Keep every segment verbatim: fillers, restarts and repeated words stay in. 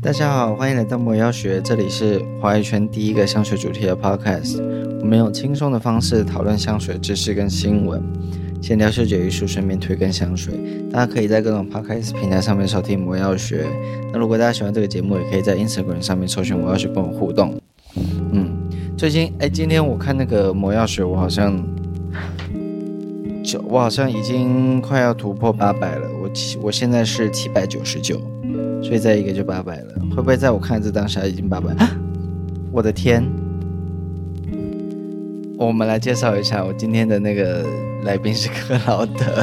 大家好，欢迎来到魔药学，这里是华语圈第一个香水主题的 podcast。我们用轻松的方式讨论香水知识跟新闻，闲聊嗅觉艺术，顺便推更香水。大家可以在各种 podcast 平台上面收听魔药学。那如果大家喜欢这个节目，也可以在 Instagram 上面搜寻魔药学跟我互动。嗯，最近哎，今天我看那个魔药学，我好像就我好像已经快要突破八百了。我我现在是七百九十九。所以再一个就八百了，会不会在我看这当下已经八百？我的天！我们来介绍一下，我今天的那个来宾是克劳德。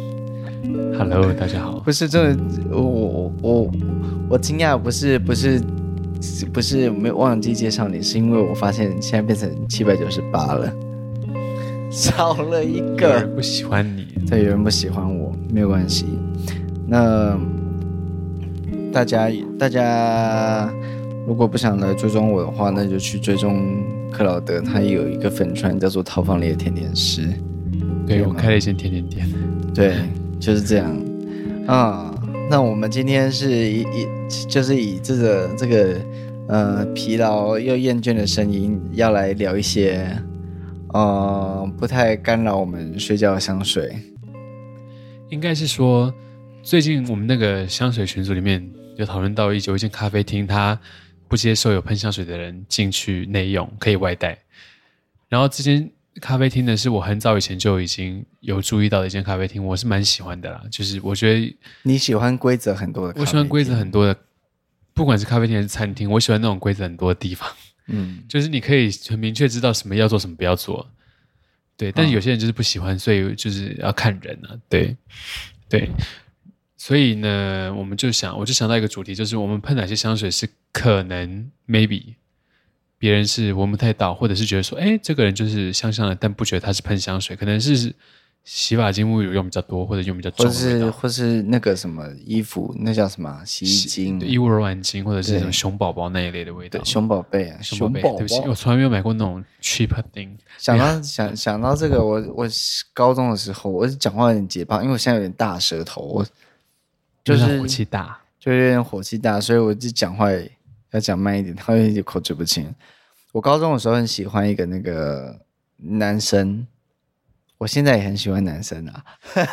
Hello， 大家好。 不是这个，我我我我惊讶，不是不是不是没有忘记介绍你，是因为我发现现在变成七百九十八了，少了一个。 有人不喜欢你， 对，有人不喜欢我，没有关系。那。大家大家如果不想来追踪我的话，那就去追踪克劳德，他有一个粉专叫做套房里的甜点师。 对，我开了一间甜点店。 对，就是这样啊。那我们今天是以以就是以这个这个呃疲劳又厌倦的声音，要来聊一些呃不太干扰我们睡觉的香水。 应该是说，最近我们那个香水群组里面有讨论到一有一间咖啡厅，它不接受有喷香水的人进去内用，可以外带。然后这间咖啡厅呢，是我很早以前就已经有注意到的一间咖啡厅，我是蛮喜欢的啦。就是我觉得你喜欢规则很多的咖啡厅， 我喜欢规则很多的，不管是咖啡厅还是餐厅，我喜欢那种规则很多的地方。嗯，就是你可以很明确知道什么要做，什么不要做。对，但是有些人就是不喜欢，所以就是要看人啊。对，对。所以呢，我们就想，我就想到一个主题，就是我们喷哪些香水是可能 maybe 别人是闻不太到，或者是觉得说，哎，这个人就是香香的，但不觉得他是喷香水，可能是洗发精沐浴乳用比较多，或者用比较重的味道， 或是或是那个什么衣服，那叫什么洗衣精、 衣物柔软精，或者是什么熊宝宝那一类的味道。 熊宝贝啊， 熊宝贝，对不起，我从来没有买过那种 cheap thing。 想到想想到这个，我我高中的时候，我讲话有点结巴，因为我现在有点大舌头，我。就是火气大， 就有点火气大，所以我就讲话要讲慢一点，他会口齿不清。我高中的时候很喜欢一个那个男生，我现在也很喜欢男生啊。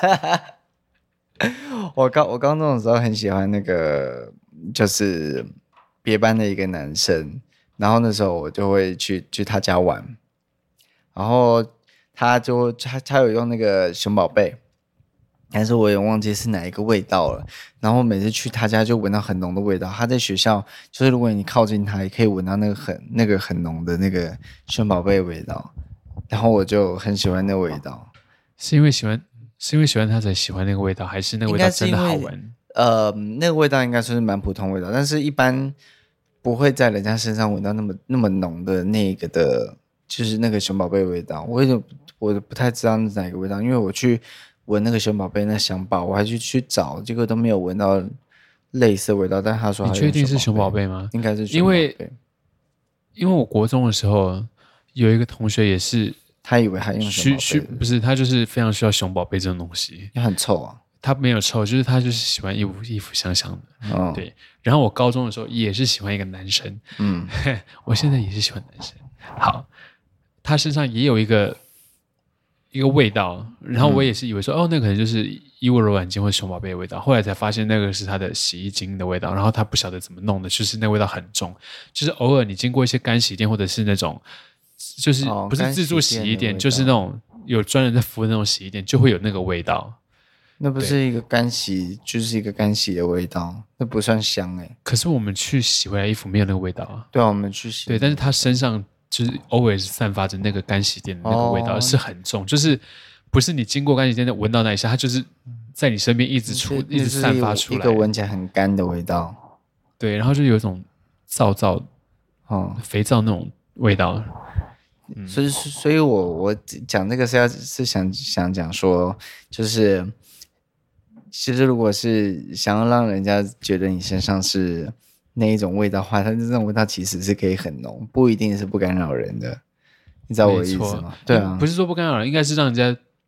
我高我高中的时候很喜欢那个就是别班的一个男生，然后那时候我就会去去他家玩，然后他就他他有用那个熊宝贝。但是我也忘记是哪一个味道了，然后每次去他家就闻到很浓的味道。他在学校就是如果你靠近他，也可以闻到那个很那个很浓的那个熊宝贝的味道，然后我就很喜欢那个味道。 是因为喜欢是因为喜欢他才喜欢那个味道，还是那个味道真的好闻？ 呃，那个味道应该说是蛮普通味道，但是一般不会在人家身上闻到那么那么浓的那个的，就是那个熊宝贝的味道。我也我不太知道那是哪个味道，因为我去。闻那个熊宝贝那香爆，我还去去找，结果都没有闻到类似的味道。但他说他， 你确定是熊宝贝吗？ 应该是熊宝贝， 因为因为我国中的时候有一个同学也是， 他以为他用熊宝贝需需不是他就是非常需要熊宝贝这种东西， 也很臭啊。 他没有臭，就是他就是喜欢衣服衣服香香的， 哦、 对。然后我高中的时候也是喜欢一个男生，嗯，我现在也是喜欢男生。好，他身上也有一个。一个味道，然后我也是以为说，嗯、哦，那可能就是衣物柔软精或者熊宝贝的味道。后来才发现那个是他的洗衣精的味道，然后他不晓得怎么弄的，就是那味道很重。就是偶尔你经过一些干洗店或者是那种，就是不是自助洗衣店，哦、就是那种有专人在服务那种洗衣店，就会有那个味道。 那不是一个干洗，就是一个干洗的味道，那不算香哎、欸。 可是我们去洗回来衣服没有那个味道啊。 对啊，我们去洗。 对，但是他身上。就是 always 散发着那个干洗店的那个味道，是很重，就是不是你经过干洗店的闻到那一下，它就是在你身边一直出，一直散发出来， 一个闻起来很干的味道。 对，然后就有一种皂皂，哦，肥皂那种味道。 嗯、所以，所以我我讲这个是要是想想讲说，就是其实如果是想要让人家觉得你身上是。那一种味道的话，它这种味道其实是可以很浓，不一定是不干扰人的，你知道我的意思吗？对啊， 不是说不干扰人，应该是让人家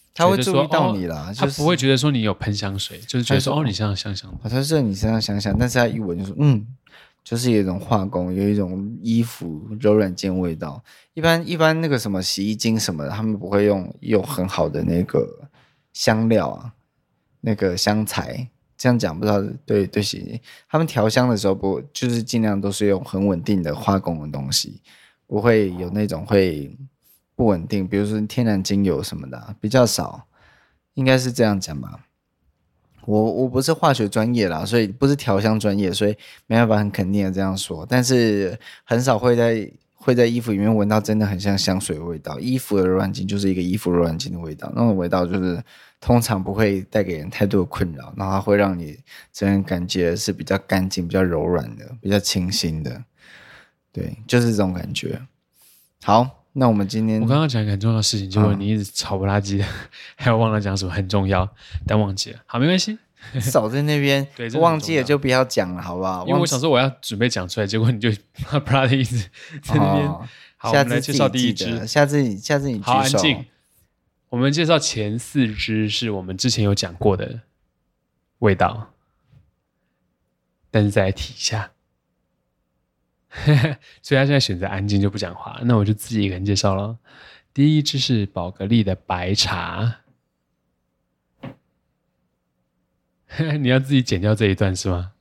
他会注意到你啦， 哦就是、 他不会觉得说你有喷香水，就是觉得说哦你身上香香的， 好像是你身上香香，但是他一闻就说嗯，就是有一种化工，有一种衣服柔软件味道。一般一般那个什么洗衣精什么的，他们不会用用很好的那个香料啊，那个香材。这样讲不知道对对洗衣精，他们调香的时候不就是尽量都是用很稳定的化工的东西，不会有那种会不稳定，比如说天然精油什么的、啊、比较少，应该是这样讲吧。我我不是化学专业啦，所以不是调香专业，所以没办法很肯定的这样说。但是很少会在会在衣服里面闻到真的很像香水的味道。衣服的柔软精就是一个衣服柔软精的味道，那种味道就是通常不会带给人太多的困扰，然后它会让你整个感觉是比较干净、比较柔软的、比较清新的。对，就是这种感觉。好，那我们今天我刚刚讲一个很重要的事情，结果你一直吵不拉几的，还有忘了讲什么很重要，但忘记了。好，没关系， 少在那边对，忘记了就不要讲了，好不好？ 因为我想说我要准备讲出来，结果你就啪啪的一直在那边。哦、好，我们来介绍第一支。 下次你下次你举手。 好，安静。我们介绍前四支是我们之前有讲过的味道，但是再来提一下。所以他现在选择安静就不讲话，那我就自己一个人介绍了。第一支是宝格丽的白茶。你要自己剪掉这一段是吗？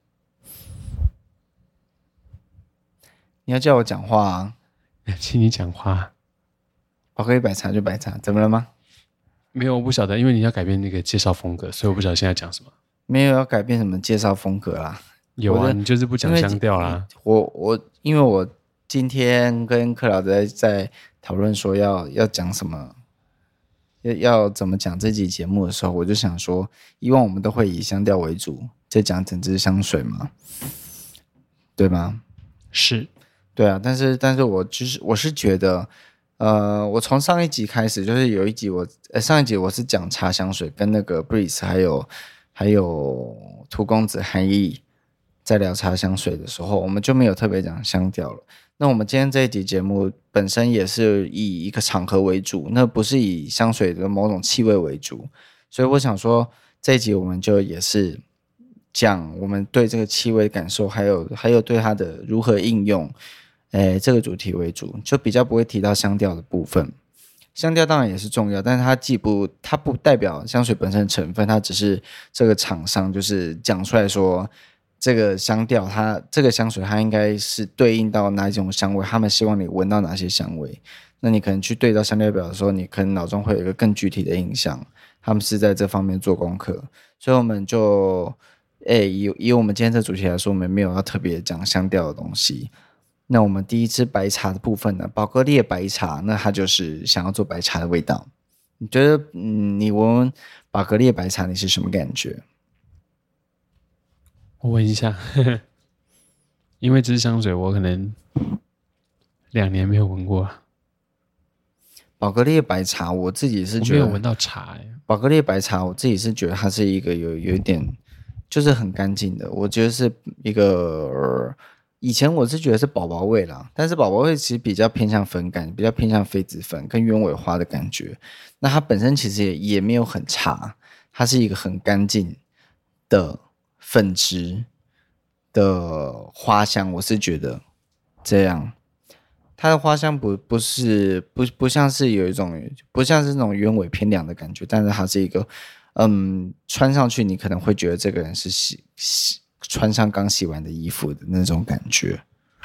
你要叫我讲话啊？ 请你讲话。 宝格丽白茶就白茶，怎么了吗？ 没有，我不晓得，因为你要改变那个介绍风格，所以我不晓得现在讲什么。 没有要改变什么介绍风格啦。 有啊，你就是不讲香调啦。 我我因为我今天跟克劳德在讨论说要要讲什么，要要怎么讲这集节目的时候，我就想说，以往我们都会以香调为主，在讲整支香水嘛，对吗？ 是， 对啊，但是但是我就是我是觉得，呃，我从上一集开始，就是有一集我，呃，上一集我是讲茶香水，跟那个 Breeze 还有还有涂公子韩毅在聊茶香水的时候，我们就没有特别讲香调了。那我们今天这一集节目本身也是以一个场合为主，那不是以香水的某种气味为主，所以我想说这一集我们就也是讲我们对这个气味感受，还有还有对它的如何应用，诶，这个主题为主，就比较不会提到香调的部分。香调当然也是重要，但是它既不它不代表香水本身的成分，它只是这个厂商就是讲出来说，这个香调它这个香水它应该是对应到哪一种香味，他们希望你闻到哪些香味，那你可能去对到香调表的时候，你可能脑中会有一个更具体的印象，他们是在这方面做功课。所以我们就诶以以我们今天这主题来说，我们没有要特别讲香调的东西。那我们第一支白茶的部分呢，宝格丽的白茶，那它就是想要做白茶的味道。你觉得嗯，你闻闻宝格丽的白茶你是什么感觉？ 我闻一下，呵呵，因为这支香水我可能两年没有闻过。 宝格丽的白茶，我自己是觉得我没有闻到茶、欸。 宝格丽的白茶，我自己是觉得它是一个有有一点就是很干净的，我觉得是一个、呃、以前我是觉得是宝宝味啦，但是宝宝味其实比较偏向粉感，比较偏向痱子粉跟鸢尾花的感觉。那它本身其实 也, 也没有很差，它是一个很干净的粉质的花香，我是觉得这样。它的花香不不是不不像是有一种不像是那种鸢尾偏凉的感觉，但是它是一个嗯穿上去你可能会觉得这个人是洗洗穿上刚洗完的衣服的那种感觉。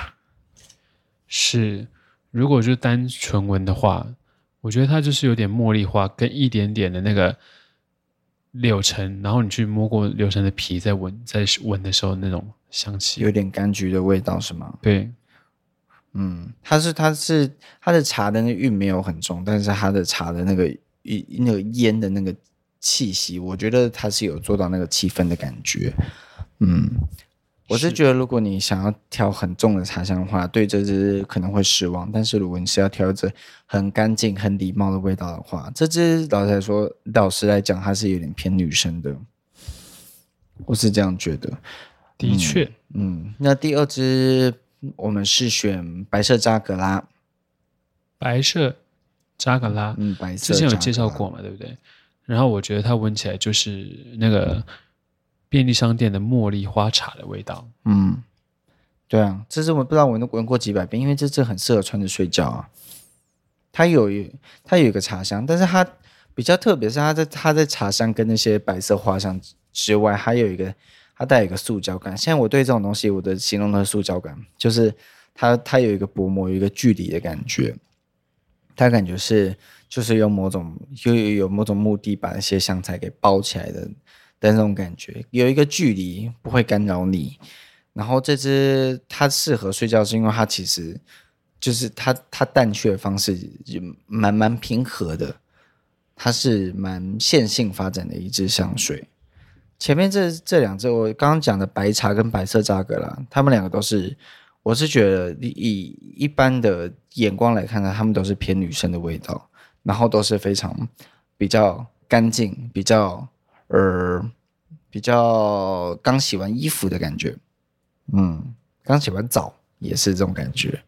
是，如果就单纯闻的话，我觉得它就是有点茉莉花跟一点点的那个柳橙，然后你去摸过柳橙的皮，在闻在闻的时候那种香气， 有点柑橘的味道是吗？ 对， 嗯，它是它是它的茶的那个韵没有很重，但是它的茶的那个那个烟的那个气息，我觉得它是有做到那个气氛的感觉。嗯，我是觉得如果你想要挑很重的茶香的话，对这支可能会失望，但是如果你是要挑一支很干净很礼貌的味道的话，这支老实来说老实来讲它是有点偏女生的，我是这样觉得。 的确。 嗯, 嗯，那第二支我们是选白色扎格拉。 白色扎格拉， 嗯，白色之前有介绍过嘛，对不对？然后我觉得它闻起来就是那个便利商店的茉莉花茶的味道。 嗯，对啊，这支我不知道我闻过几百遍，因为这支很适合穿着睡觉啊。它有它有一个茶香，但是它比较特别是它在它在茶香跟那些白色花香之外，还有一个它带有一个塑胶感。现在我对这种东西我的形容的塑胶感，就是它它有一个薄膜，有一个距离的感觉。它感觉是就是用某种有有某种目的把那些香材给包起来的的那种感觉，有一个距离不会干扰你。然后这支它适合睡觉是因为它其实就是它它淡却的方式蛮蛮平和的，它是蛮线性发展的一支香水。前面这这两支我刚刚讲的白茶跟白色扎格拉，他们两个都是。我是觉得以一般的眼光来看呢，他们都是偏女生的味道，然后都是非常比较干净，比较呃比较刚洗完衣服的感觉，嗯，刚洗完澡也是这种感觉。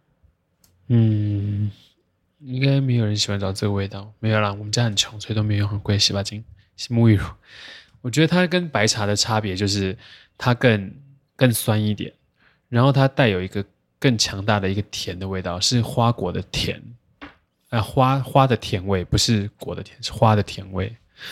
嗯，应该没有人喜欢找这个味道，没有啦，我们家很穷，所以都没有用很贵的洗发精、洗沐浴乳。我觉得它跟白茶的差别就是它更更酸一点。然后它带有一个更强大的一个甜的味道，是花果的甜，啊，花花的甜味，不是果的甜，是花的甜味。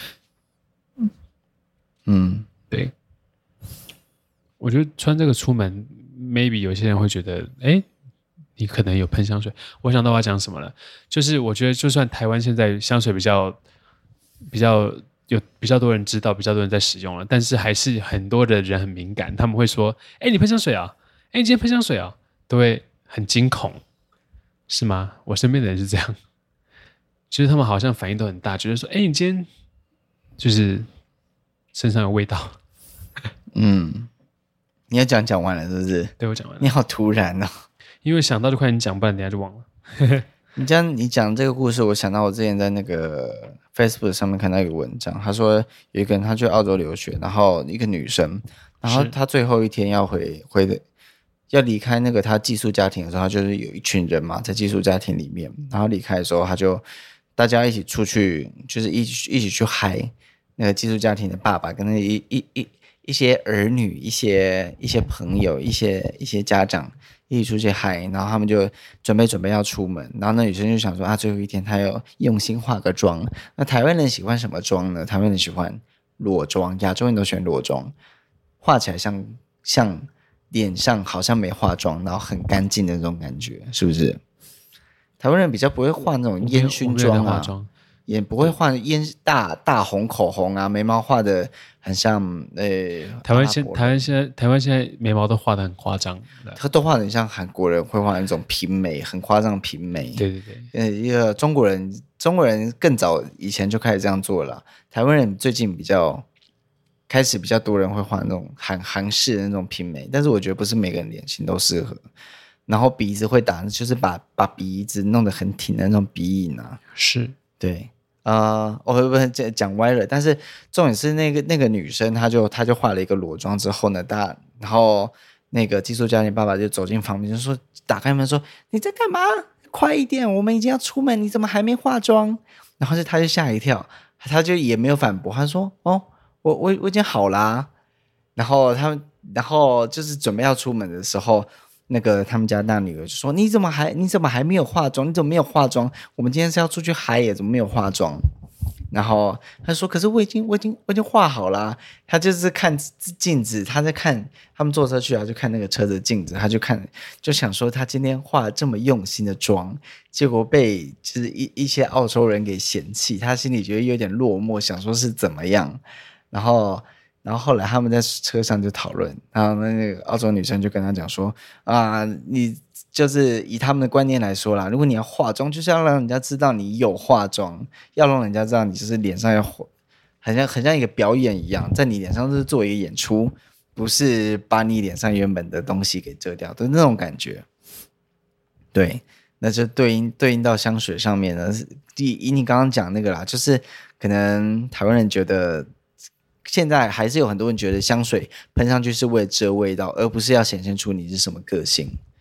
嗯， 对。我觉得穿这个出门 ，maybe 有些人会觉得，哎，你可能有喷香水。我想到我要讲什么了，就是我觉得就算台湾现在香水比较比较有比较多人知道，比较多人在使用了，但是还是很多的人很敏感，他们会说，哎，你喷香水啊？哎，你今天喷香水啊，都会很惊恐，是吗？我身边的人是这样，就是他们好像反应都很大，觉得说，哎，你今天就是身上有味道。 嗯，你要讲讲完了是不是？ 对，我讲完了。 你好突然哦， 因为想到就快点讲，不然等一下就忘了。 你这样你讲这个故事，我想到我之前在那个 Facebook 上面看到一个文章，他说有一个人他去澳洲留学，然后一个女生，然后他最后一天要回回的。要离开那个他寄宿家庭的时候，他就是有一群人嘛，在寄宿家庭里面，然后离开的时候，他就大家一起出去，就是一起一起去嗨那个寄宿家庭的爸爸跟那一一一一些儿女、一些一些朋友、一些一些家长一起出去嗨，然后他们就准备准备要出门，然后那女生就想说啊，最后一天她要用心化个妆。那台湾人喜欢什么妆呢？台湾人喜欢裸妆，亚洲人都喜欢裸妆，画起来像像。脸上好像没化妆，然后很干净的那种感觉，是不是？台湾人比较不会画那种烟熏妆啊，也不会画烟大大红口红啊，眉毛画的很像呃。 台湾现台湾现在台湾现在眉毛都画的很夸张， 他都画的很像韩国人会画那种平眉，很夸张的平眉。 对对对， 呃，一个中国人，中国人更早以前就开始这样做了，台湾人最近比较。开始比较多人会画那种韩韩式的那种平眉，但是我觉得不是每个人脸型都适合。然后鼻子会打，就是把把鼻子弄得很挺的那种鼻影啊。 是， 对，呃，我会不会讲歪了？但是重点是那个那个女生，她就她就化了一个裸妆之后呢，大然后那个寄宿家庭爸爸就走进房间，就说打开门说你在干嘛？快一点，我们已经要出门，你怎么还没化妆？然后就他就吓一跳，他就也没有反驳，他说哦。我我我已经好啦，然后他们，然后就是准备要出门的时候，那个他们家大女儿就说：“你怎么还你怎么还没有化妆？你怎么没有化妆？我们今天是要出去嗨耶，怎么没有化妆？”然后他说：“可是我已经我已经我已经化好啦。”他就是看镜子，他在看他们坐车去啊，就看那个车子的镜子，他就看就想说他今天化了这么用心的妆，结果被就是一一些澳洲人给嫌弃，他心里觉得有点落寞，想说是怎么样。然后，然后后来他们在车上就讨论，然后那个澳洲女生就跟他讲说啊，你就是以他们的观念来说啦，如果你要化妆，就是要让人家知道你有化妆，要让人家知道你就是脸上要很像很像一个表演一样，在你脸上是做一个演出，不是把你脸上原本的东西给遮掉的那种感觉。对，那就对应对应到香水上面呢，以你刚刚讲那个啦，就是可能台湾人觉得。现在还是有很多人觉得香水喷上去是为了遮味道，而不是要显现出你是什么个性。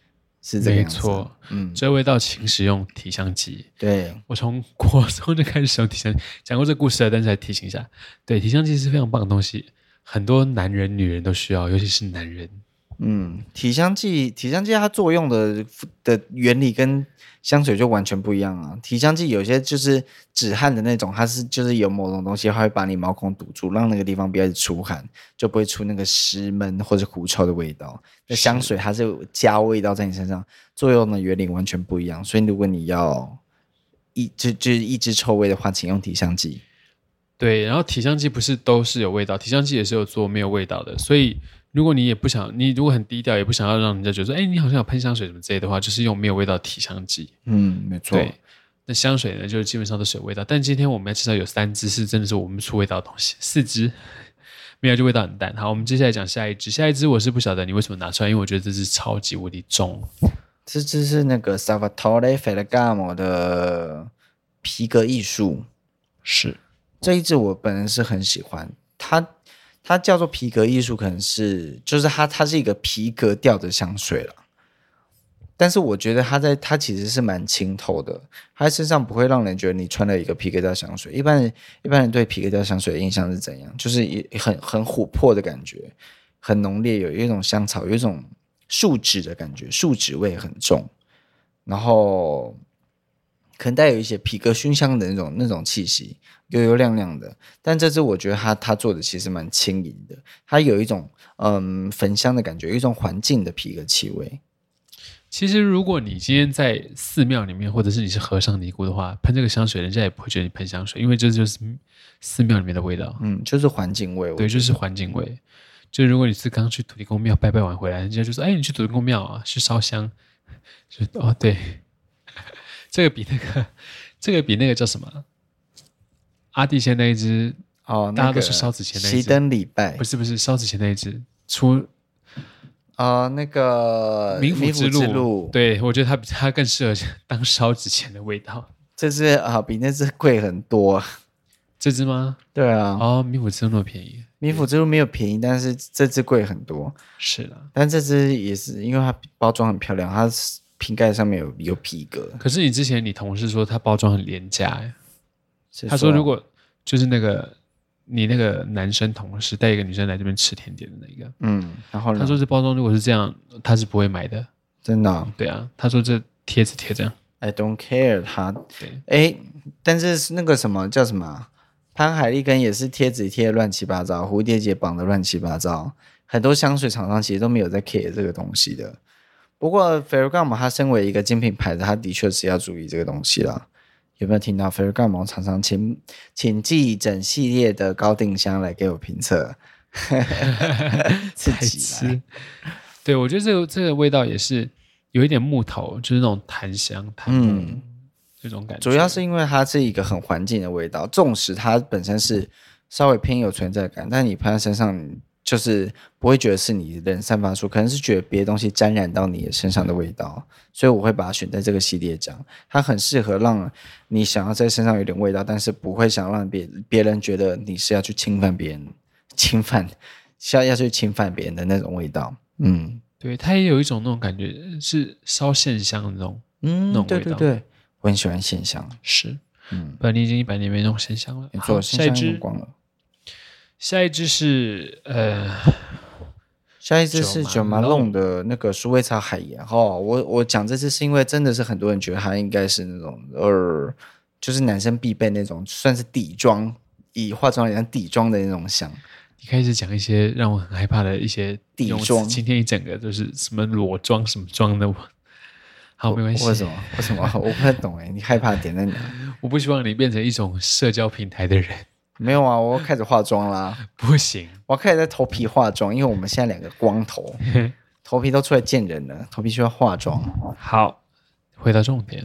是这个样子。 没错， 嗯， 这味道请使用体香剂。 对， 我从国中就开始使用体香剂，讲过这故事了，但是再提醒一下，对，体香剂是非常棒的东西，很多男人、女人都需要，尤其是男人。 嗯，体香剂，体香剂它作用的的原理跟香水就完全不一样啊。体香剂有些就是止汗的那种，它是就是有某种东西，它会把你毛孔堵住，让那个地方不要一直出汗，就不会出那个湿闷或者狐臭的味道。那香水它是加味道在你身上，作用的原理完全不一样。所以如果你要抑就就是抑制臭味的话，请用体香剂。 对，然后体香剂不是都是有味道，体香剂也是有做没有味道的，所以如果你也不想，你如果很低调，也不想要让人家觉得说，哎，你好像有喷香水什么之类的话，就是用没有味道的体香剂。 嗯，没错。 对，那香水呢，就基本上都是有味道，但今天我们要介绍有三支是真的是我们出味道的东西，四支没有就味道很淡。好，我们接下来讲下一支，下一支我是不晓得你为什么拿出来，因为我觉得这支超级无敌重。 这支是那个 Salvatore Ferragamo 的皮革艺术， 是这一支我本人是很喜欢，它它叫做皮革艺术，可能是就是它它是一个皮革调的香水了，但是我觉得它在它其实是蛮清透的，它在身上不会让人觉得你穿了一个皮革调香水。一般人一般人对皮革调香水的印象是怎样？就是很很琥珀的感觉，很浓烈，有一种香草，有一种树脂的感觉，树脂味很重，然后可能带有一些皮革熏香的那种那种气息，油油亮亮的。但这支我觉得它它做的其实蛮轻盈的，它有一种嗯焚香的感觉，有一种环境的皮革气味。 其实如果你今天在寺庙里面，或者是你是和尚尼姑的话，喷这个香水，人家也不会觉得你喷香水，因为这就是寺庙里面的味道。 嗯，就是环境味。 对，就是环境味。就如果你是刚去土地公庙拜拜完回来，人家就说：“哎，你去土地公庙啊，去烧香。”就哦，对，这个比那个，这个比那个叫什么？阿地仙那一支哦， 大家都是烧纸钱那一支。 熄灯礼拜不是不是烧纸钱那一支出。 啊、呃，那个冥府之路， 之路对，我觉得它它更适合当烧纸钱的味道。 这支啊，比那支贵很多。 这支吗？ 对啊。 哦，冥府之路那么便宜。 冥府之路没有便宜，但是这支贵很多。 是的， 但这支也是因为它包装很漂亮，它瓶盖上面有有皮革。 可是你之前你同事说它包装很廉价，哎， 说他说如果就是那个。你那个男生同事带一个女生来这边吃甜点的那个， 嗯，然后呢？ 他说这包装如果是这样，他是不会买的。 真的、哦？ 对啊，他说这贴纸贴这样。 I don't care， 他对， 哎，但是那个什么叫什么？潘海利根也是贴纸贴的乱七八糟，蝴蝶结绑的乱七八糟，很多香水厂商其实都没有在 care 这个东西的。不过 Ferragamo 它身为一个精品牌子，它的确是要注意这个东西啦。有没有听到 Ferragamo 常常请请寄整系列的高定香来给我评测？自己来。 对，我觉得这个这个味道也是有一点木头，就是那种檀香、檀木、嗯、这种感觉。 主要是因为它是一个很环境的味道，纵使它本身是稍微偏有存在感，但你喷在身上就是不会觉得是你人散发出，可能是觉得别的东西沾染到你的身上的味道，所以我会把它选在这个系列讲。它很适合让你想要在身上有点味道，但是不会想让别别人觉得你是要去侵犯别人，侵犯是要要去侵犯别人的那种味道。嗯， 对，它也有一种那种感觉，是烧线香的那种， 嗯， 那种味道。 对对对，我很喜欢线香。 是， 嗯， 不然你已经一百年没弄线香了。 没错， 下一支光了。 下一支是呃， 下一支是九马龙的那个鼠尾草海盐哦。我我讲这支是因为真的是很多人觉得它应该是那种呃，就是男生必备那种算是底妆，以化妆来讲底妆的那种香。 你开始讲一些让我很害怕的一些底妆， 今天一整个就是什么裸妆什么妆的。好，没关系。 为什么？为什么？我不太懂哎，你害怕点在哪？ 我不希望你变成一种社交平台的人。 没有啊，我开始化妆啦。 不行， 我开始在头皮化妆，因为我们现在两个光头，头皮都出来见人了，头皮需要化妆。 好，回到重点。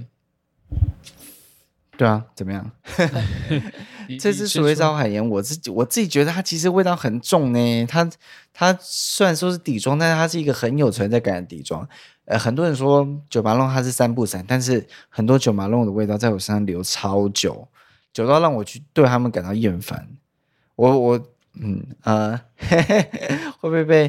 对啊，怎么样？这支鼠尾草海盐，我自己我自己觉得它其实味道很重呢。它它虽然说是底妆，但是它是一个很有存在感的底妆。呃，很多人说九马龙它是三不散，但是很多九马龙的味道在我身上留超久。久到让我去对他们感到厌烦，我我嗯呃，会不会被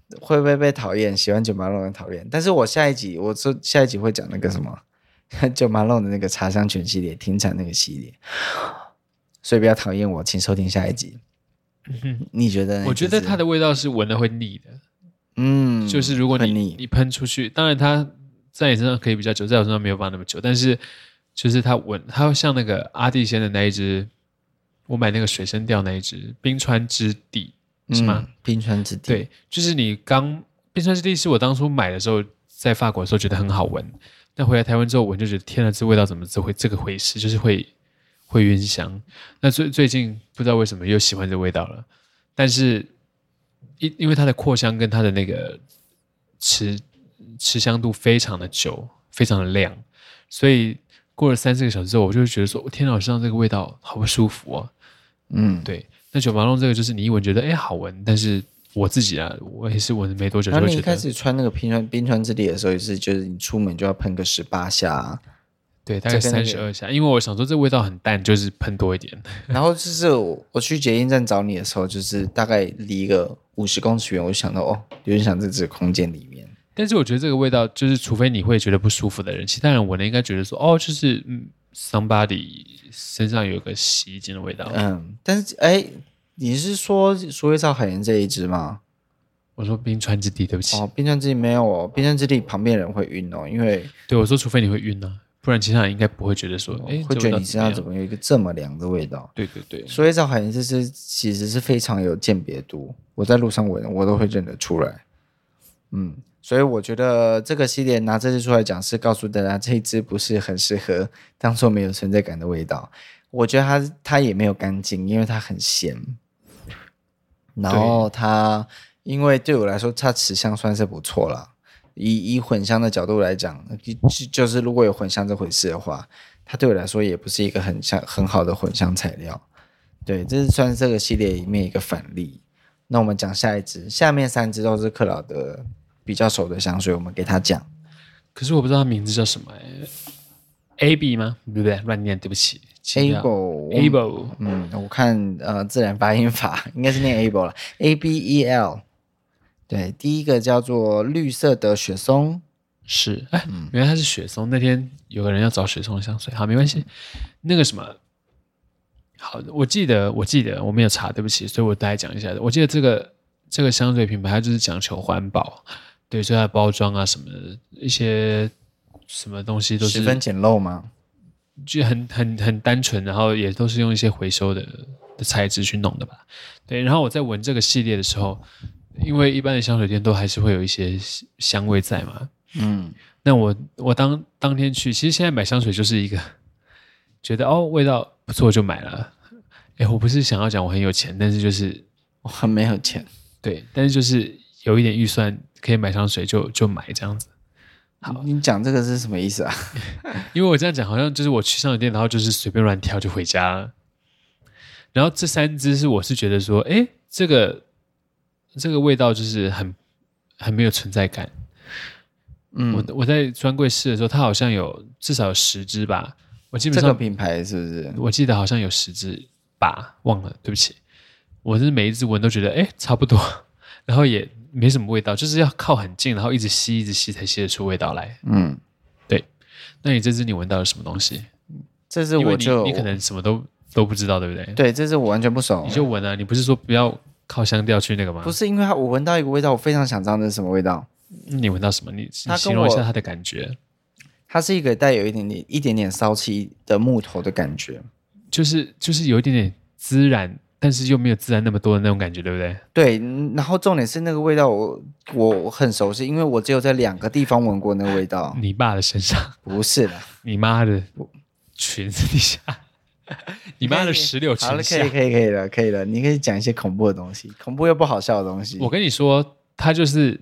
会不会被讨厌？喜欢九马龙的讨厌，但是我下一集我说下一集会讲那个什么九马龙的那个茶香犬系列，停产那个系列，所以不要讨厌我，请收听下一集。你觉得？ 我觉得它的味道是闻了会腻的。嗯，就是如果你你喷出去，当然它在你身上可以比较久，在我身上没有办法那么久，但是就是它闻，它会像那个阿蒂仙的那一只，我买那个水生调那一只冰川之地是吗？ 嗯、冰川之地， 对，就是你刚冰川之地是我当初买的时候在法国的时候觉得很好闻，但回来台湾之后闻就觉得天啊，这味道怎么这会这个回事，就是会会晕香。那最最近不知道为什么又喜欢这味道了，但是因因为它的扩香跟它的那个持持香度非常的久，非常的亮，所以过了三四个小时之后，我就会觉得说，天哪，我身上这个味道好不舒服哦。嗯，对。那九马龙这个就是你一闻觉得哎好闻，但是我自己啊，我也是闻没多久就会觉得。 然后你一开始穿那个冰川冰川之地的时候，也是就是你出门就要喷个十八下、啊。 对，大概三十二下，因为我想说这味道很淡，就是喷多一点。 然后就是我我去捷运站找你的时候，就是大概离一个五十公尺远，我就想到哦，有点想在这个空间里面。 但是我觉得这个味道，就是除非你会觉得不舒服的人，其他人闻了应该觉得说，哦，就是嗯 ，somebody 身上有个洗衣精的味道。 嗯，但是哎，你是说鼠尾草海盐这一支吗？ 我说冰川之地，对不起。 哦，冰川之地没有哦，冰川之地旁边人会晕哦，因为对我说，除非你会晕呢、啊。不然其他人应该不会觉得说，哎、 哦，会觉得你身上怎么有一个这么凉的味道？ 对对对， 鼠尾草海盐这支其实是非常有鉴别度，我在路上闻我都会认得出来。嗯，所以我觉得这个系列拿这支出来讲，是告诉大家这一支不是很适合当做没有存在感的味道。我觉得它它也没有干净，因为它很咸，然后它因为对我来说，它持香算是不错啦。以以混香的角度来讲，就是如果有混香这回事的话，它对我来说也不是一个很香很好的混香材料。对，这是算是这个系列里面一个反例。那我们讲下一支，下面三支都是克劳的比较熟的香水，我们给他讲。 可是我不知道它名字叫什么、欸、A B 吗？对不对？乱念，对不起。 Able Able， 嗯，我看呃自然发音法应该是念 Able 了 ，A B E L。对，第一个叫做绿色的雪松， 是，哎、嗯，原来它是雪松。那天有个人要找雪松的香水，好，没关系。那个什么，好，我记得，我记得我没有查，对不起，所以我大概讲一下。我记得这个这个香水品牌，它就是讲求环保，对，所以它的包装啊什么的，一些什么东西都是十分简陋吗？ 就很很很单纯，然后也都是用一些回收的的材质去弄的吧。对，然后我在闻这个系列的时候。因为一般的香水店都还是会有一些香味在嘛，嗯，那我我当当天去，其实现在买香水就是一个觉得哦味道不错就买了，哎，我不是想要讲我很有钱，但是就是我很没有钱， 对，但是就是有一点预算可以买香水就就买这样子。 好，你讲这个是什么意思啊？ 因为我这样讲好像就是我去香水店，然后就是随便乱挑就回家了。然后这三支是我是觉得说，哎，这个。这个味道就是很很没有存在感。嗯，我我在专柜试的时候，它好像有至少有十支吧。我基本上这个品牌是不是？ 我记得好像有十支吧，忘了，对不起。我是每一支闻都觉得哎差不多，然后也没什么味道，就是要靠很近，然后一直吸一直吸才吸得出味道来。嗯，对。那你这支你闻到了什么东西？ 这支我就你, 你可能什么都都不知道，对不对？ 对，这支我完全不熟。 你就闻啊，你不是说不要。靠香调去那个吗？ 不是，因为它我闻到一个味道，我非常想知道那是什么味道。 你闻到什么？你你形容一下它的感觉。 它是一个带有一点点一点点骚气的木头的感觉， 就是就是有一点点孜然，但是又没有孜然那么多的那种感觉，对不对？ 对。然后重点是那个味道我，我我很熟悉，因为我只有在两个地方闻过那个味道。 你爸的身上？ 不是的， 你妈的裙子底下。你妈的石榴裙下。 好了，可以可以可以了，可以了。你可以讲一些恐怖的东西，恐怖又不好笑的东西。 我跟你说，它就是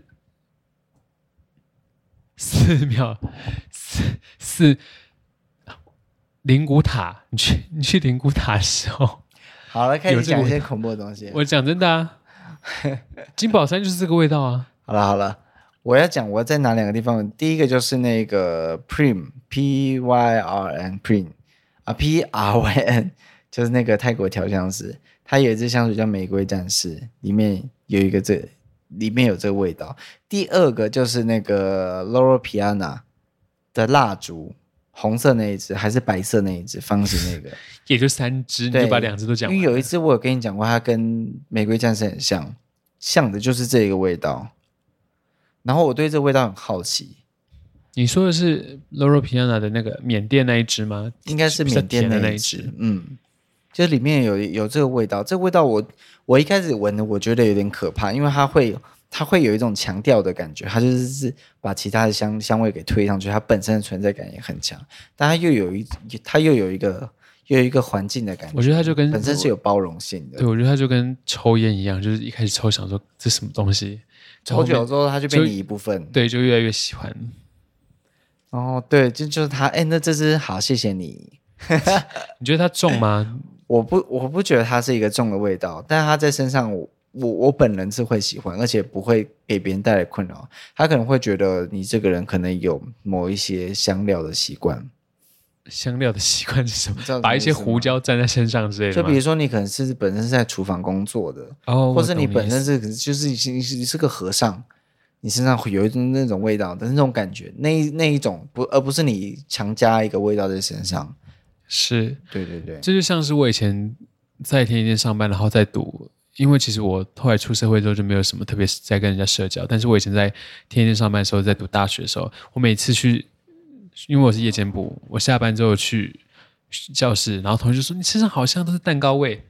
寺庙，四四灵骨塔。你去你去灵骨塔的时候， 好了，可以讲一些恐怖的东西。 我讲真的啊，金宝山就是这个味道啊。 好了好了，我要讲我在哪两个地方。第一个就是那个 Prim P Y R N Prim。啊 ，P R Y N 就是那个泰国调香师，他有一支香水叫玫瑰战士，里面有一个这里面有这个味道。第二个就是那个 Loro Piana 的蜡烛，红色那一只还是白色那一只方形那个， 也就三只，你就把两只都讲完了。 因为有一只我有跟你讲过，它跟玫瑰战士很像，像的就是这个味道。然后我对这个味道很好奇。 你说的是 Loro Piana 的那个缅甸那一只吗？ 应该是缅甸那一只，嗯，就里面有有这个味道。这个味道我我一开始闻的，我觉得有点可怕，因为它会它会有一种强调的感觉，它就是是把其他的香香味给推上去，它本身的存在感也很强，但它又有一它又有一个又有一个环境的感觉。 我觉得它就跟本身是有包容性的。 对，我觉得它就跟抽烟一样，就是一开始抽想说这是什么东西， 抽久之后它就变你一部分， 对，就越来越喜欢。 哦，对，就就是它，哎，那这支好，谢谢你。 你觉得它重吗？ 我不，我不觉得它是一个重的味道，但是它在身上我，我我本人是会喜欢，而且不会给别人带来困扰。他可能会觉得你这个人可能有某一些香料的习惯。 香料的习惯是什么？把一些胡椒沾在身上之类的。 就比如说你可能是本身是在厨房工作的， 哦， 或是你本身是就是你是, 是个和尚。你身上会有一种那种味道的那种感觉，那一那一种不，而不是你强加一个味道在身上。 是， 对对对， 这就像是我以前在甜点店上班，然后在读，因为其实我后来出社会之后就没有什么特别在跟人家社交，但是我以前在甜点店上班的时候，在读大学的时候，我每次去，因为我是夜间部，我下班之后去教室，然后同学就说你身上好像都是蛋糕味，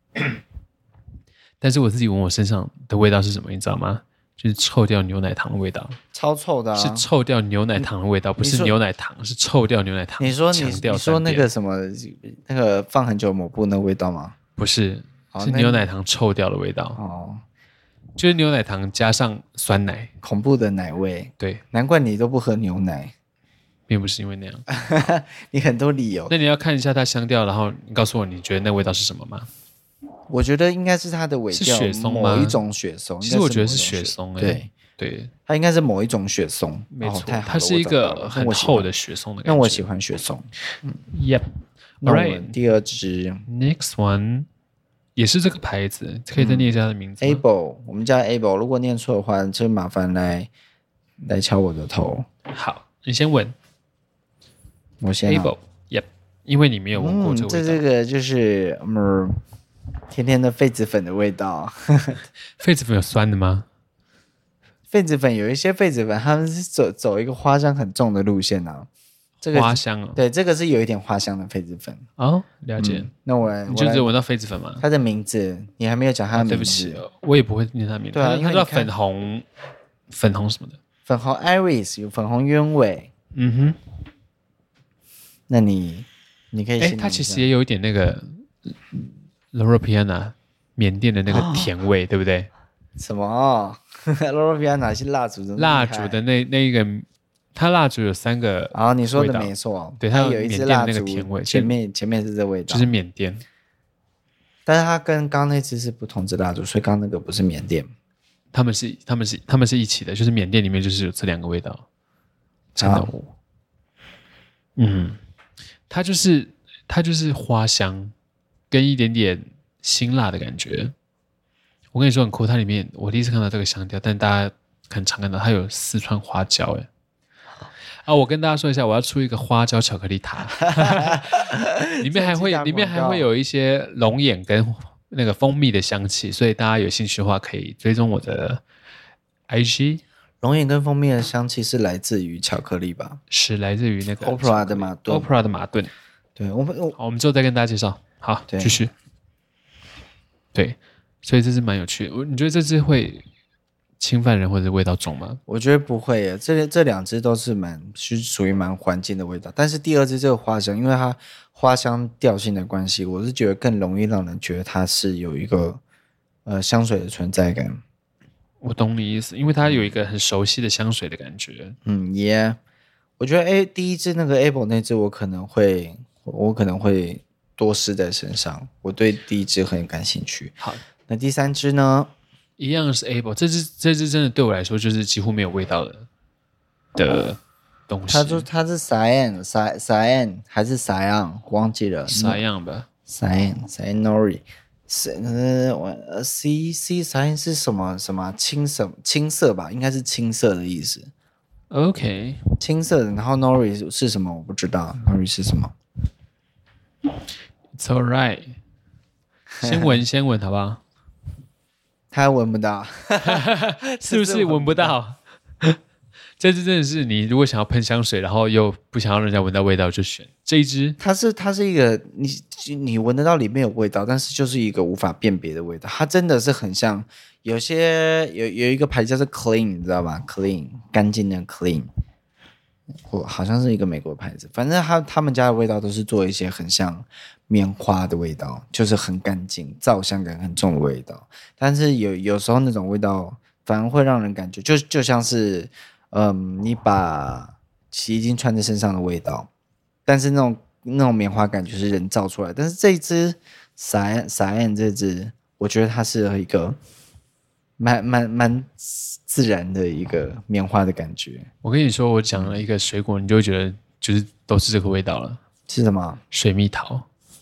但是我自己闻我身上的味道是什么，你知道吗？就是臭掉牛奶糖的味道， 超臭的、啊， 是臭掉牛奶糖的味道，不是牛奶糖，是臭掉牛奶糖。 你说你你说那个什么那个放很久抹布那味道吗？ 不是，哦、是牛奶糖臭掉的味道。哦，就是牛奶糖加上酸奶， 恐怖的奶味。 对， 难怪你都不喝牛奶， 并不是因为那样。 你很多理由。 那你要看一下它香调，然后你告诉我你觉得那味道是什么吗？ 我觉得应该是它的尾调， 是雪松吗？ 某一种雪松。 其实我觉得是雪松、欸， 对对， 它应该是某一种雪松， 没错， 哦、 它是一个很厚的雪松的感觉。 那我喜欢雪松。 嗯 ，Yep。 那我们第二支 ，Next one 也是这个牌子，可以再念一下它的名字。 Able， 我们叫 Able， 如果念错的话，就麻烦来来敲我的头。 好，你先闻。 我先、啊。 Able，Yep， 因为你没有闻过这个味道。 嗯、这这个就是嗯。甜甜的痱子粉的味道。 痱子粉有酸的吗？ 痱子粉有一些痱子粉，他们是走走一个花香很重的路线啊。这个花香哦， 对，这个是有一点花香的痱子粉。 哦，了解。 嗯、那我你就只闻到痱子粉吗？ 它的名字你还没有讲它的名字。 啊、对不起，我也不会念它的名字。 对啊， 它叫粉红，粉红什么的。 粉红 Iris 有粉红鸢尾。 嗯哼。 那你你可以， 哎，它其实也有一点那个。Loro Piana 缅甸的那个甜味、哦、对不对？ 什么 Loro Piana 是蜡烛的蜡烛的那那一个，它蜡烛有三个啊、哦，你说的没错， 对，它有一支蜡烛那个甜味， 前面前面是这味道， 就是缅甸， 但是它跟刚刚那支是不同支蜡烛，所以刚刚那个不是缅甸， 他们是他们是他们是一起的，就是缅甸里面就是有这两个味道，真的，嗯，它就是它就是花香。跟一点点辛辣的感觉，我跟你说很酷。它里面我第一次看到这个香调，但大家很常看到它有四川花椒。哎，啊，我跟大家说一下，我要出一个花椒巧克力塔，里面还会里面还会有一些龙眼跟那个蜂蜜的香气，所以大家有兴趣的话可以追踪我的 I G。 龙眼跟蜂蜜的香气是来自于巧克力吧？ 是来自于那个 Opera 的马顿 ，Opera 的马顿。 对，我们好，我们之后再跟大家介绍。好，继续。对，所以这是蛮有趣的。你觉得这支会侵犯人或者味道重吗？ 我觉得不会耶，这这两支都是蛮是属于蛮环境的味道。但是第二支这个花香，因为它花香调性的关系，我是觉得更容易让人觉得它是有一个呃香水的存在感。 我懂你意思，因为它有一个很熟悉的香水的感觉。 嗯，耶、yeah ，我觉得哎，第一支那个 Able 那支我可能会，我可能会。多试在身上，我对第一支很感兴趣。 好， 那第三支呢？ 一样是 Able， 这支这支真的对我来说就是几乎没有味道的的东西。 它说它是 Cyan Cyan 还是 Cyan， 忘记了 Cyan 吧 ，Cyan Cyanori。 是呃，C C 啥音是什么什么青什青色吧？应该是青色的意思。 OK， 青色的，然后 Nori 是什么？我不知道 ，Nori 是什么 ？It's alright， 先闻先闻好不好？ 他闻不到， 是不是闻不到？这支真的是你如果想要喷香水，然后又不想要让人家闻到味道，就选这一支。 它是它是一个你你闻得到里面有味道，但是就是一个无法辨别的味道。它真的是很像有些有有一个牌子叫做 Clean， 你知道吧 ？Clean 干净的 Clean， 或好像是一个美国牌子。反正他他们家的味道都是做一些很像棉花的味道，就是很干净、皂香感很重的味道。但是有有时候那种味道反而会让人感觉就就像是。嗯，你把洗衣精穿在身上的味道，但是那种那种棉花感觉是人造出来。但是这一支撒撒恩这支，我觉得它是一个蛮蛮蛮自然的一个棉花的感觉。 我跟你说，我讲了一个水果，你就会觉得就是都是这个味道了。 是什么？ 水蜜桃。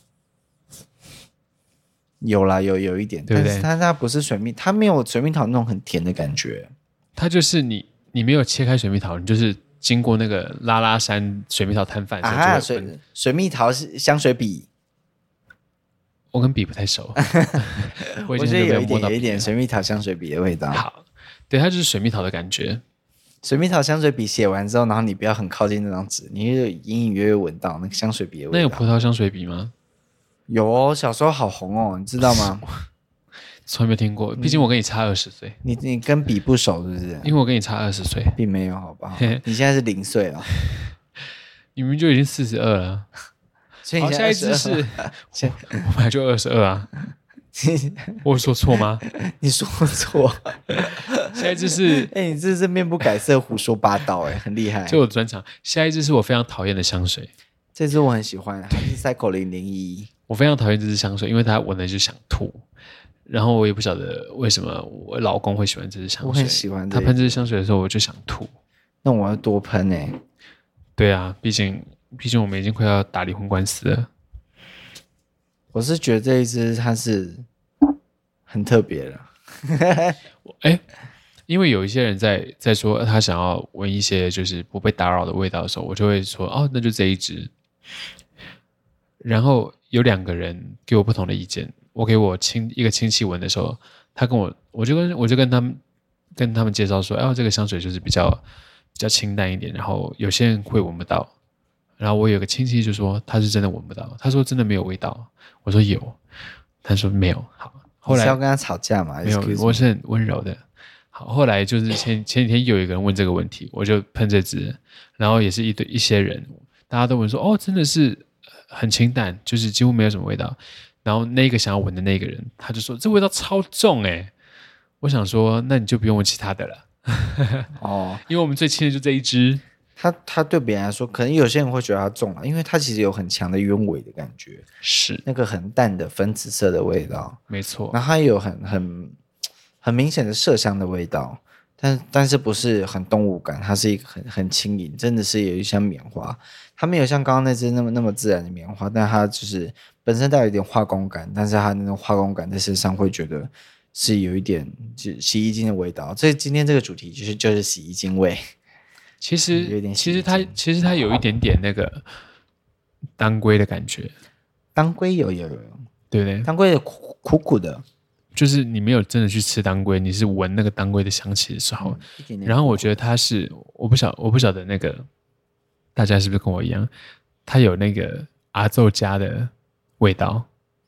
有啦，有有一点， 对不对？ 但是它它不是水蜜，它没有水蜜桃那种很甜的感觉。 它就是你。你没有切开水蜜桃，你就是经过那个拉拉山水蜜桃摊贩的时候啊，水水蜜桃是香水笔， 我跟笔不太熟， 我, 我觉得有一点有一点水蜜桃香水笔的味道。 好，对，它就是水蜜桃的感觉。 水蜜桃香水笔写完之后，然后你不要很靠近那张纸，你就隐隐约约闻到那个香水笔的味道。 那有葡萄香水笔吗？ 有哦，小时候好红哦，你知道吗？ 从来没听过，毕竟我跟你差二十岁。 你你跟笔不熟是不是？ 因为我跟你差二十岁， 并没有，好不好？你现在是零岁了， 你明明就已经四十二了。 所以好，下一支是，我本来就二十二啊。我有说错吗？ 你说错。 下一支是， 哎、欸，你这是面不改色胡说八道、欸，哎，很厉害。 就我专场，下一支是我非常讨厌的香水。 这支我很喜欢，它是 Cycle 零零一。 我非常讨厌这支香水，因为它闻了就想吐。然后我也不晓得为什么我老公会喜欢这支香水。 我很喜欢他喷这支香水的时候，我就想吐。 那我要多喷哎、欸。 对啊，毕竟毕竟我们已经快要打离婚官司了。 我是觉得这一支它是很特别了。 哎，因为有一些人在在说他想要闻一些就是不被打扰的味道的时候，我就会说哦，那就这一支。然后有两个人给我不同的意见。我给我亲一个亲戚闻的时候，他跟我，我就跟我就跟他们跟他们介绍说，哎，这个香水就是比较比较清淡一点，然后有些人会闻不到。然后我有个亲戚就说他是真的闻不到，他说真的没有味道。我说有，他说没有。好，后来你是要跟他吵架吗？ 没有，我是很温柔的。好，后来就是前前几天有一个人问这个问题，我就喷这支，然后也是一堆一些人，大家都闻说哦，真的是很清淡，就是几乎没有什么味道。然后那个想要闻的那个人，他就说这味道超重哎、欸！我想说，那你就不用闻其他的了。哦，因为我们最亲的就这一支。 他他对别人来说，可能有些人会觉得它重了，因为它其实有很强的鸢尾的感觉， 是那个很淡的粉紫色的味道， 没错。 然后它也有很很很明显的麝香的味道，但但是不是很动物感，它是一个很很轻盈，真的是有一像棉花。它没有像刚刚那只那么那么自然的棉花，但它就是本身带有一点化工感，但是它那种化工感在身上会觉得是有一点就洗衣精的味道。所以今天这个主题就是就是洗衣精味。 其实有点其实它其实它有一点点那个当归的感觉。 当归有有有， 对不对？ 当归的苦苦苦的， 就是你没有真的去吃当归，你是闻那个当归的香气的时候，嗯、点点然后我觉得它是我不晓我不晓得那个。大家是不是跟我一样？它有那个阿奏家的味道。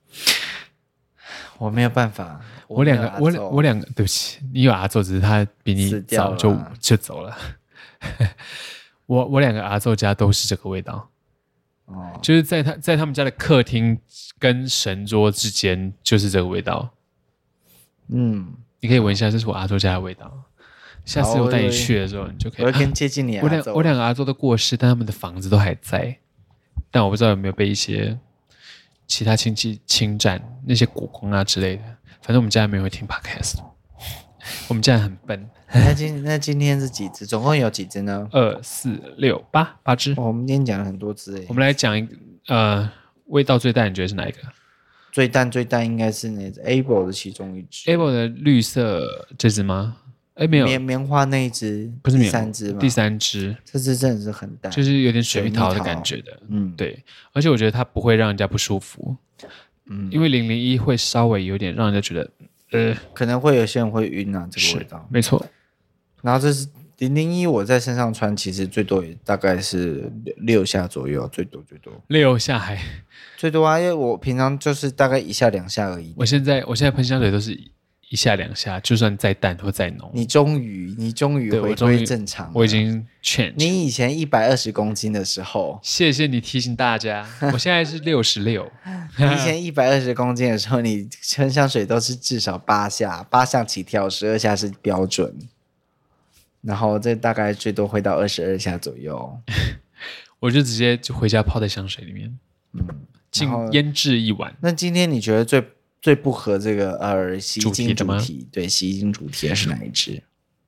我没有办法， 我两个，我我两个，对不起，你有阿奏，只是他比你早就就走了。我我两个阿奏家都是这个味道，哦，就是在他在他们家的客厅跟神桌之间，就是这个味道。嗯，你可以闻一下，这是我阿奏家的味道。下次我带你去的时候，你就可以。 我会更接近你、啊。 我两我两个阿周都过世，但他们的房子都还在，但我不知道有没有被一些其他亲戚侵占，那些国公啊之类的。反正我们家没有会听 podcast， 我们家很笨。 那今那今天是几只？总共有几只呢？ 二四六八八只、 哦。我们今天讲了很多只诶。 我们来讲一个呃，味道最淡，你觉得是哪一个？ 最淡最淡应该是那只 Able 的其中一只 Able 的绿色这只吗？哎，没有， 棉棉花那一只不是第三只吗？ 第三只， 这只真的是很淡， 就是有点水蜜桃的感觉的。嗯，对，而且我觉得它不会让人家不舒服。嗯，因为零零一会稍微有点让人家觉得，呃， 可能会有些人会晕啊，这个味道。 没错。 然后这是零零一，我在身上穿，其实最多也大概是六下左右，最多最多六下还最多啊，因为我平常就是大概一下两下而已。 我现在我现在喷香水都是一下两下，就算再淡或再浓。 你终于你终于回归正常了， 我已经 change。 你以前一百二十公斤的时候， 谢谢你提醒大家，我现在是六十六。 你以前一百二十公斤的时候，你喷香水都是至少八下，八下起跳，十二下是标准。然后这大概最多会到二十二下左右， 我就直接就回家泡在香水里面，嗯，进腌制一晚。 那今天你觉得最最不合这个呃洗衣精主题？对，洗衣精主题的是哪一支？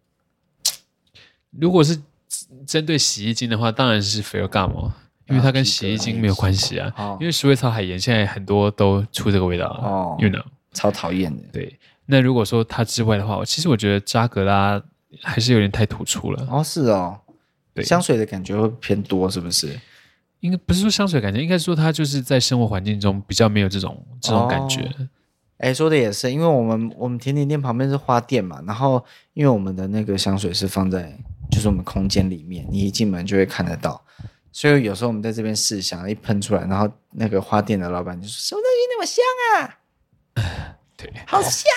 如果是针对洗衣精的话，当然是 Ferragamo， 因为它跟洗衣精没有关系啊。哦、因为鼠尾草海盐现在很多都出这个味道了，哦 ，you know， 超讨厌的。 对，那如果说它之外的话，其实我觉得扎格拉还是有点太突出了。 哦，是哦，对，香水的感觉会偏多，是不是？ 应该不是说香水感觉，应该说它就是在生活环境中比较没有这种这种感觉。 哎、哦，说的也是，因为我们我们甜点店旁边是花店嘛，然后因为我们的那个香水是放在就是我们空间里面，你一进门就会看得到，所以有时候我们在这边试香，一喷出来，然后那个花店的老板就说：“什么东西那么香啊？”对，好香。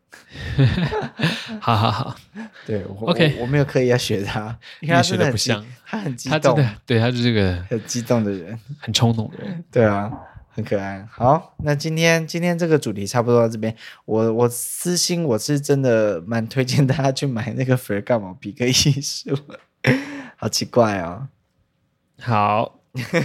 好好好， 对我 ，OK， 我, 我没有刻意要学他，因为他真的很不像， 他很激动，他真的，对，他就是这个很激动的人， 很冲动的人， 对啊，很可爱。好，那今天今天这个主题差不多到这边，我我私心我是真的蛮推荐大家去买那个 Ferragamo 皮革艺术，好奇怪哦。 好，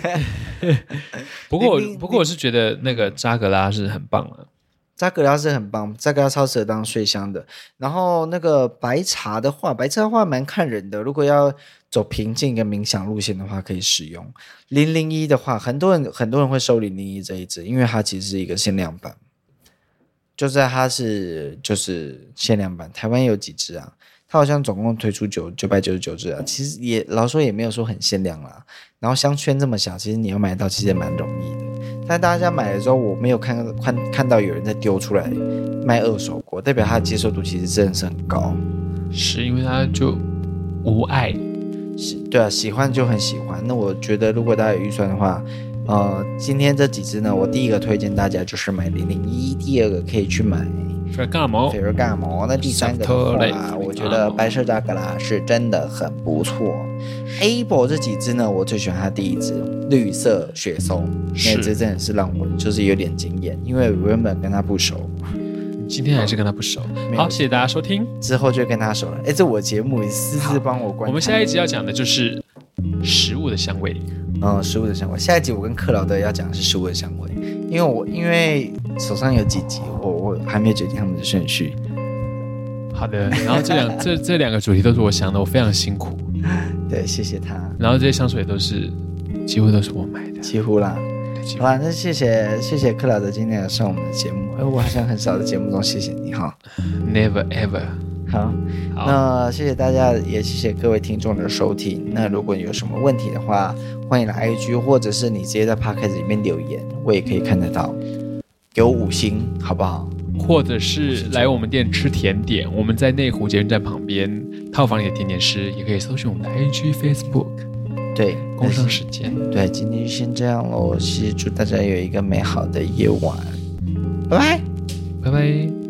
不过不过我是觉得那个扎格拉是很棒的。 扎格拉是很棒，扎格拉超适合当睡香的。然后那个白茶的话，白茶的话蛮看人的。如果要走平静跟冥想路线的话，可以使用零零一的话，很多人很多人会收零零一这一支，因为它其实是一个限量版，就是它是就是限量版。台湾有几支啊？它好像总共推出九九百九十九支啊，其实也老说也没有说很限量啦。然后香圈这么小，其实你要买到其实也蛮容易的。但大家买的时候，我没有看看看到有人在丢出来卖二手过，代表他的接受度其实真的是很高。 是因为他就无爱， 对啊，喜欢就很喜欢。那我觉得如果大家有预算的话，呃，今天这几支呢，我第一个推荐大家就是买零零一，第二个可以去买 Ferragamo Ferragamo， 那第三个的话，我觉得白色扎格拉是真的很不错。Able 这几支呢，我最喜欢它第一支绿色雪松，那支真的是让我就是有点惊艳，因为原本跟他不熟， 今天还是跟他不熟。好，谢谢大家收听， 之后就跟他熟了。哎，这我节目私自帮我关。 我们下一集要讲的就是食物的香味。 嗯，食物的香味。下一集我跟克劳德要讲的是食物的香味，因为我因为手上有几集，我我还没有决定他们的顺序。 好的，然后这两这这两个主题都是我想的，我非常辛苦。 对，谢谢他。 然后这些香水都是几乎都是我买的， 几乎啦。好啦，那谢谢谢谢克劳德今天来上我们的节目。哎，我好像很少的节目中谢谢你哈。 Never ever。 好，那谢谢大家，也谢谢各位听众的收听。那如果你有什么问题的话，欢迎来 I G 或者是你直接在 Podcast 里面留言，我也可以看得到。给我五星好不好？ 或者是来我们店吃甜点，我们在内湖捷运站旁边套房里的甜点师，也可以搜寻我们的 I G、Facebook。对，工商时间。对，今天就先这样喽。是祝大家有一个美好的夜晚，拜拜，拜拜。